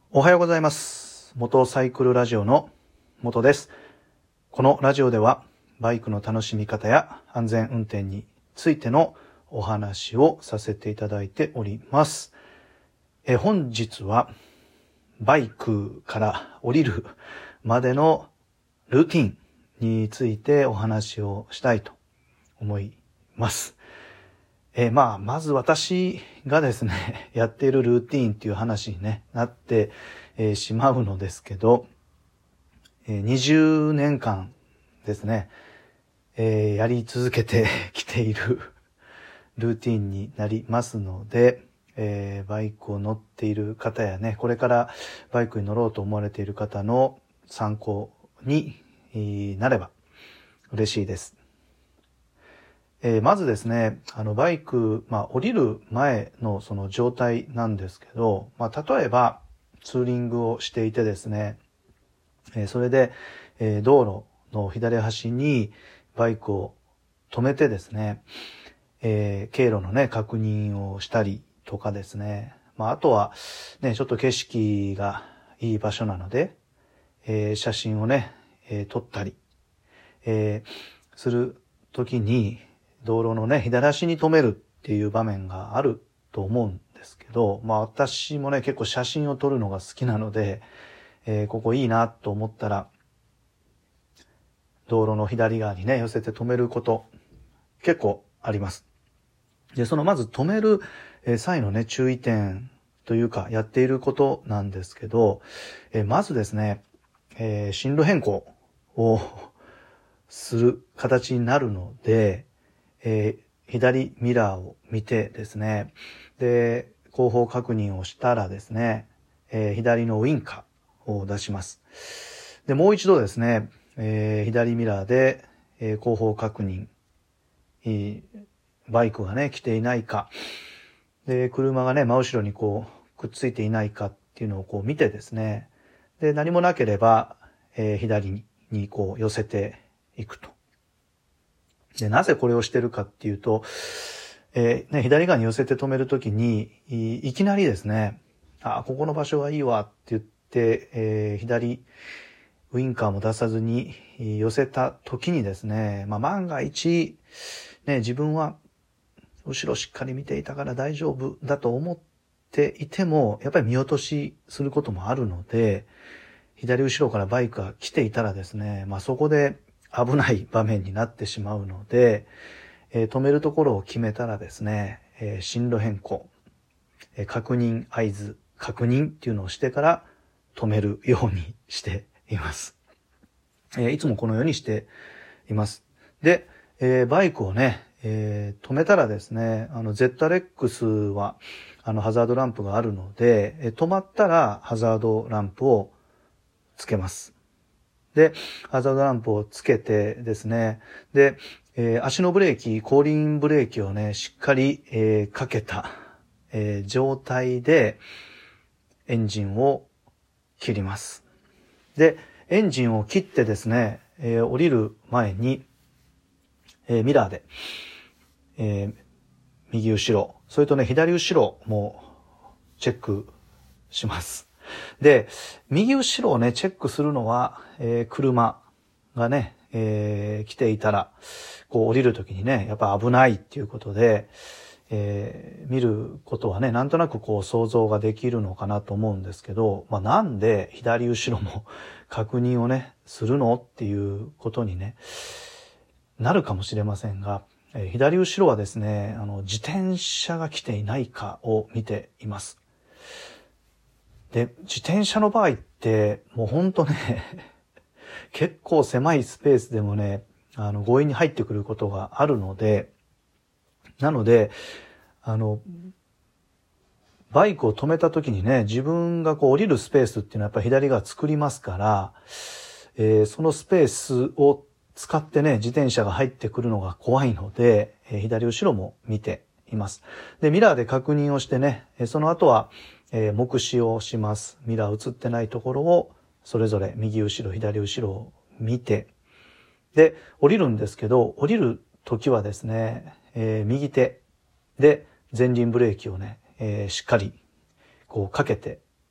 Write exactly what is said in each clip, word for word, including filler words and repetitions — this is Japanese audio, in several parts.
おはようございます。元サイクルラジオの元です。このラジオではバイクの楽しみ方や安全運転についてのお話をさせていただいております。え本日はバイクから降りるまでのルーティンについてお話をしたいと思います。えー、まあ、まず私がですね、やっているルーティーンっていう話に、ね、なって、えー、しまうのですけど、えー、にじゅうねんかんですね、えー、やり続けてきているルーティーンになりますので、えー、バイクを乗っている方やね、これからバイクに乗ろうと思われている方の参考になれば嬉しいです。えー、まずですね、あのバイク、まあ降りる前のその状態なんですけど、まあ例えばツーリングをしていてですね、えー、それで、えー、道路の左端にバイクを止めてですね、えー、経路のね確認をしたりとかですね、まああとはねちょっと景色がいい場所なので、えー、写真をね、えー、撮ったり、えー、するときに道路のね、左足に止めるっていう場面があると思うんですけど、まあ私もね、結構写真を撮るのが好きなので、えー、ここいいなと思ったら、道路の左側にね、寄せて止めること、結構あります。で、そのまず止める際のね、注意点というか、やっていることなんですけど、えー、まずですね、えー、進路変更をする形になるので、えー、左ミラーを見てですね、で、後方確認をしたらですね、えー、左のウインカーを出します。で、もう一度ですね、えー、左ミラーで、えー、後方確認、えー、バイクがね、来ていないか、で、車がね、真後ろにこう、くっついていないかっていうのをこう見てですね、で、何もなければ、えー、左に、にこう寄せていくと。で、なぜこれをしてるかっていうと、えーね、左側に寄せて止めるときにい、いきなりですね、あ、ここの場所がいいわって言って、えー、左ウインカーも出さずに寄せたときにですね、まあ、万が一、ね、自分は後ろしっかり見ていたから大丈夫だと思っていても、やっぱり見落としすることもあるので、左後ろからバイクが来ていたらですね、まあ、そこで危ない場面になってしまうので、えー、止めるところを決めたらですね、えー、進路変更、えー、確認合図、確認っていうのをしてから止めるようにしています。えー、いつもこのようにしています。で、えー、バイクをね、えー、止めたらですね、あの ゼットアールエックス はあのハザードランプがあるので、えー、止まったらハザードランプをつけます。で、ハザードランプをつけてですね、で、えー、足のブレーキ、後輪ブレーキをね、しっかり、えー、かけた、えー、状態でエンジンを切ります。で、エンジンを切ってですね、えー、降りる前に、えー、ミラーで、えー、右後ろ、それとね、左後ろもチェックします。で、右後ろをね、チェックするのは、えー、車がね、えー、来ていたら、こう降りるときにね、やっぱ危ないっていうことで、えー、見ることはね、なんとなくこう想像ができるのかなと思うんですけど、まあなんで左後ろも確認をね、するのっていうことにね、なるかもしれませんが、えー、左後ろはですね、あの、自転車が来ていないかを見ています。で、自転車の場合って、もうほんとね、結構狭いスペースでもね、あの、強引に入ってくることがあるので、なので、あの、バイクを止めた時にね、自分がこう降りるスペースっていうのはやっぱり左側作りますから、えー、そのスペースを使ってね、自転車が入ってくるのが怖いので、えー、左後ろも見ています。で、ミラーで確認をしてね、その後は、えー、目視をします。ミラー映ってないところを、それぞれ右後ろ、左後ろを見て、で、降りるんですけど、降りる時はですね、えー、右手で前輪ブレーキをね、えー、しっかりこうかけて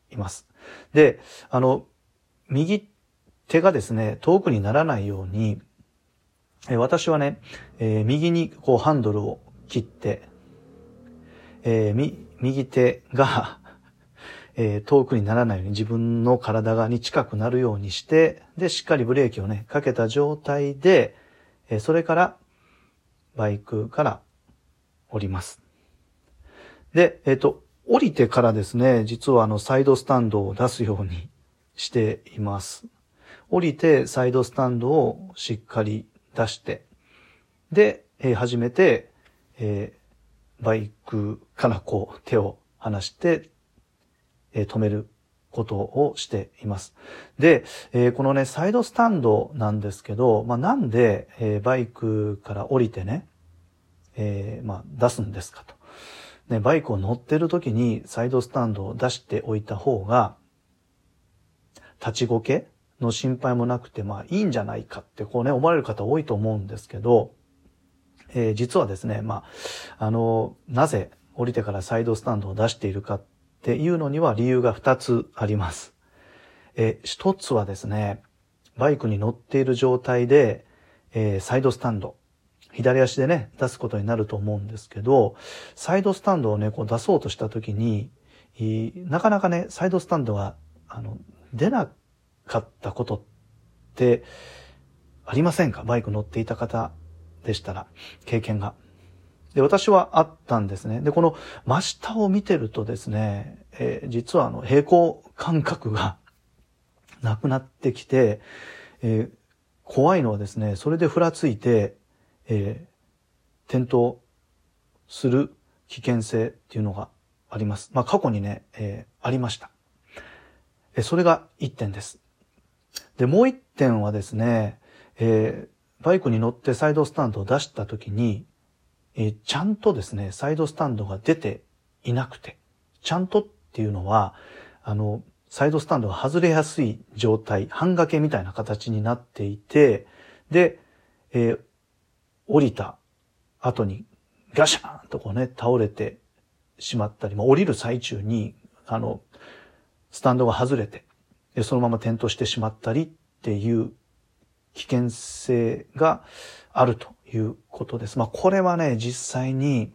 います。で、あの、右手がですね、遠くにならないように、えー、私はね、えー、右にこうハンドルを切って、えー、み、右手が、えー、遠くにならないように自分の体側に近くなるようにして、で、しっかりブレーキをね、かけた状態で、えー、それからバイクから降ります。で、えっと、降りてからですね、実はあの、サイドスタンドを出すようにしています。降りて、サイドスタンドをしっかり出して、で、えー、初めて、えー、バイクからこう、手を離して、えー、止めることをしています。で、えー、このね、サイドスタンドなんですけど、まあ、なんで、えー、バイクから降りてね、えー、まあ、出すんですかと。ね、バイクを乗ってる時にサイドスタンドを出しておいた方が、立ちこけの心配もなくて、まあいいんじゃないかってこうね、思われる方多いと思うんですけど、えー、実はですね、まあ、あの、なぜ降りてからサイドスタンドを出しているかっていうのには理由が二つあります。えー、一つはですね、バイクに乗っている状態で、えー、サイドスタンド、左足でね、出すことになると思うんですけど、サイドスタンドをね、こう出そうとしたときに、なかなかね、サイドスタンドが、あの、出なかったことってありませんか？バイク乗っていた方でしたら、経験が。で、私はあったんですね。で、この真下を見てるとですね、えー、実はあの、平行感覚がなくなってきて、えー、怖いのはですね、それでふらついて、えー、転倒する危険性っていうのがあります。まあ過去にね、えー、ありました。えー、それが一点です。で、もう一点はですね、えー、バイクに乗ってサイドスタンドを出したときに、えー、ちゃんとですね、サイドスタンドが出ていなくて、ちゃんとっていうのは、あの、サイドスタンドが外れやすい状態、半掛けみたいな形になっていて、で、えー、降りた後にガシャーンとこうね、倒れてしまったり、まあ、降りる最中に、あの、スタンドが外れて、そのまま転倒してしまったりっていう危険性があるということです。まあ、これはね、実際に、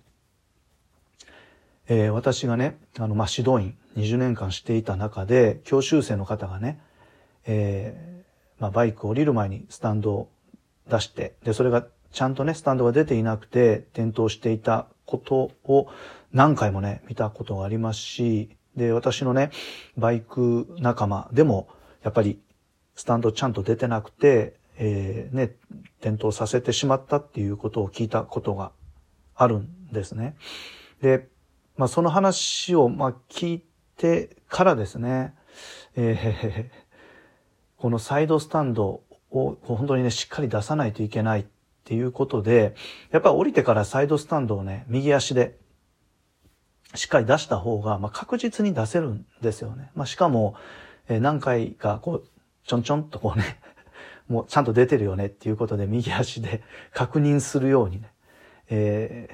えー、私がね、あの、まあ、指導員にじゅうねんかんしていた中で、教習生の方がね、えー、まあ、バイク降りる前にスタンドを出して、で、それがちゃんとね、スタンドが出ていなくて、転倒していたことを何回もね、見たことがありますし、で、私のね、バイク仲間でも、やっぱり、スタンドちゃんと出てなくて、えー、ね、転倒させてしまったっていうことを聞いたことがあるんですね。で、まあ、その話を、まあ、聞いてからですね、えー、このサイドスタンドを本当にね、しっかり出さないといけないっていうことで、やっぱり降りてからサイドスタンドをね、右足でしっかり出した方が、まあ、確実に出せるんですよね。まあ、しかも、えー、何回かこう、ちょんちょんとこうね、もうちゃんと出てるよねっていうことで右足で確認するようにね、え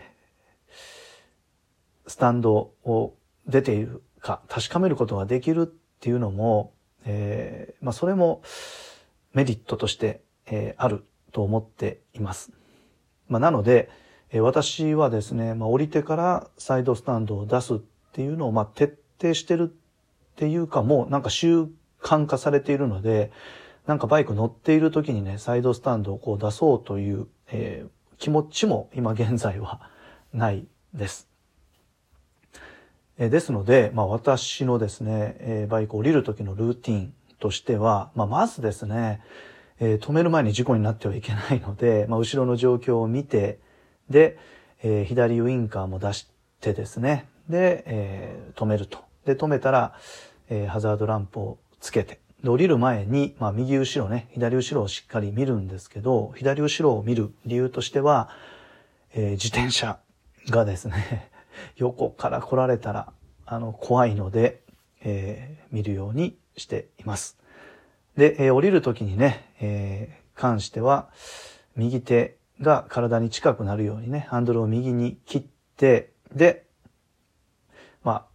ー、スタンドを出ているか確かめることができるっていうのも、えー、まあそれもメリットとして、えー、あると思っています。まあなので、えー、私はですね、まあ降りてからサイドスタンドを出すっていうのをまあ徹底してるっていうかもうなんか習慣化されているので、なんかバイク乗っている時にね、サイドスタンドをこう出そうという、えー、気持ちも今現在はないです。えー、ですので、まあ私のですね、えー、バイク降りる時のルーティンとしては、まあまずですね、えー、止める前に事故になってはいけないので、まあ後ろの状況を見て、で、えー、左ウインカーも出してですね、で、えー、止めると。で、止めたら、えー、ハザードランプをつけて、で、降りる前に、まあ、右後ろね、左後ろをしっかり見るんですけど、左後ろを見る理由としては、えー、自転車がですね、横から来られたら、あの、怖いので、えー、見るようにしています。で、えー、降りるときにね、えー、関しては、右手が体に近くなるようにね、ハンドルを右に切って、で、まあ、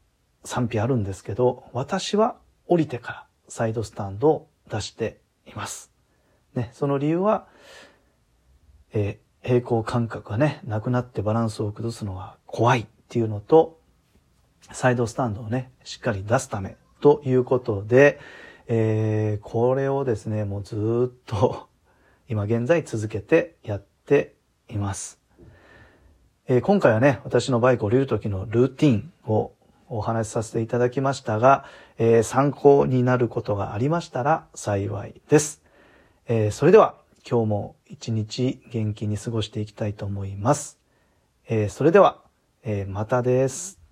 賛否あるんですけど、私は降りてからサイドスタンドを出しています。ね、その理由は、えー、平衡感覚がね、なくなってバランスを崩すのが怖いっていうのと、サイドスタンドをね、しっかり出すためということで、えー、これをですね、もうずーっと今現在続けてやっています。えー、今回はね、私のバイクを降りる時のルーティンをお話しさせていただきましたが、えー、参考になることがありましたら幸いです。えー、それでは今日も一日元気に過ごしていきたいと思います。えー、それでは、えー、またです。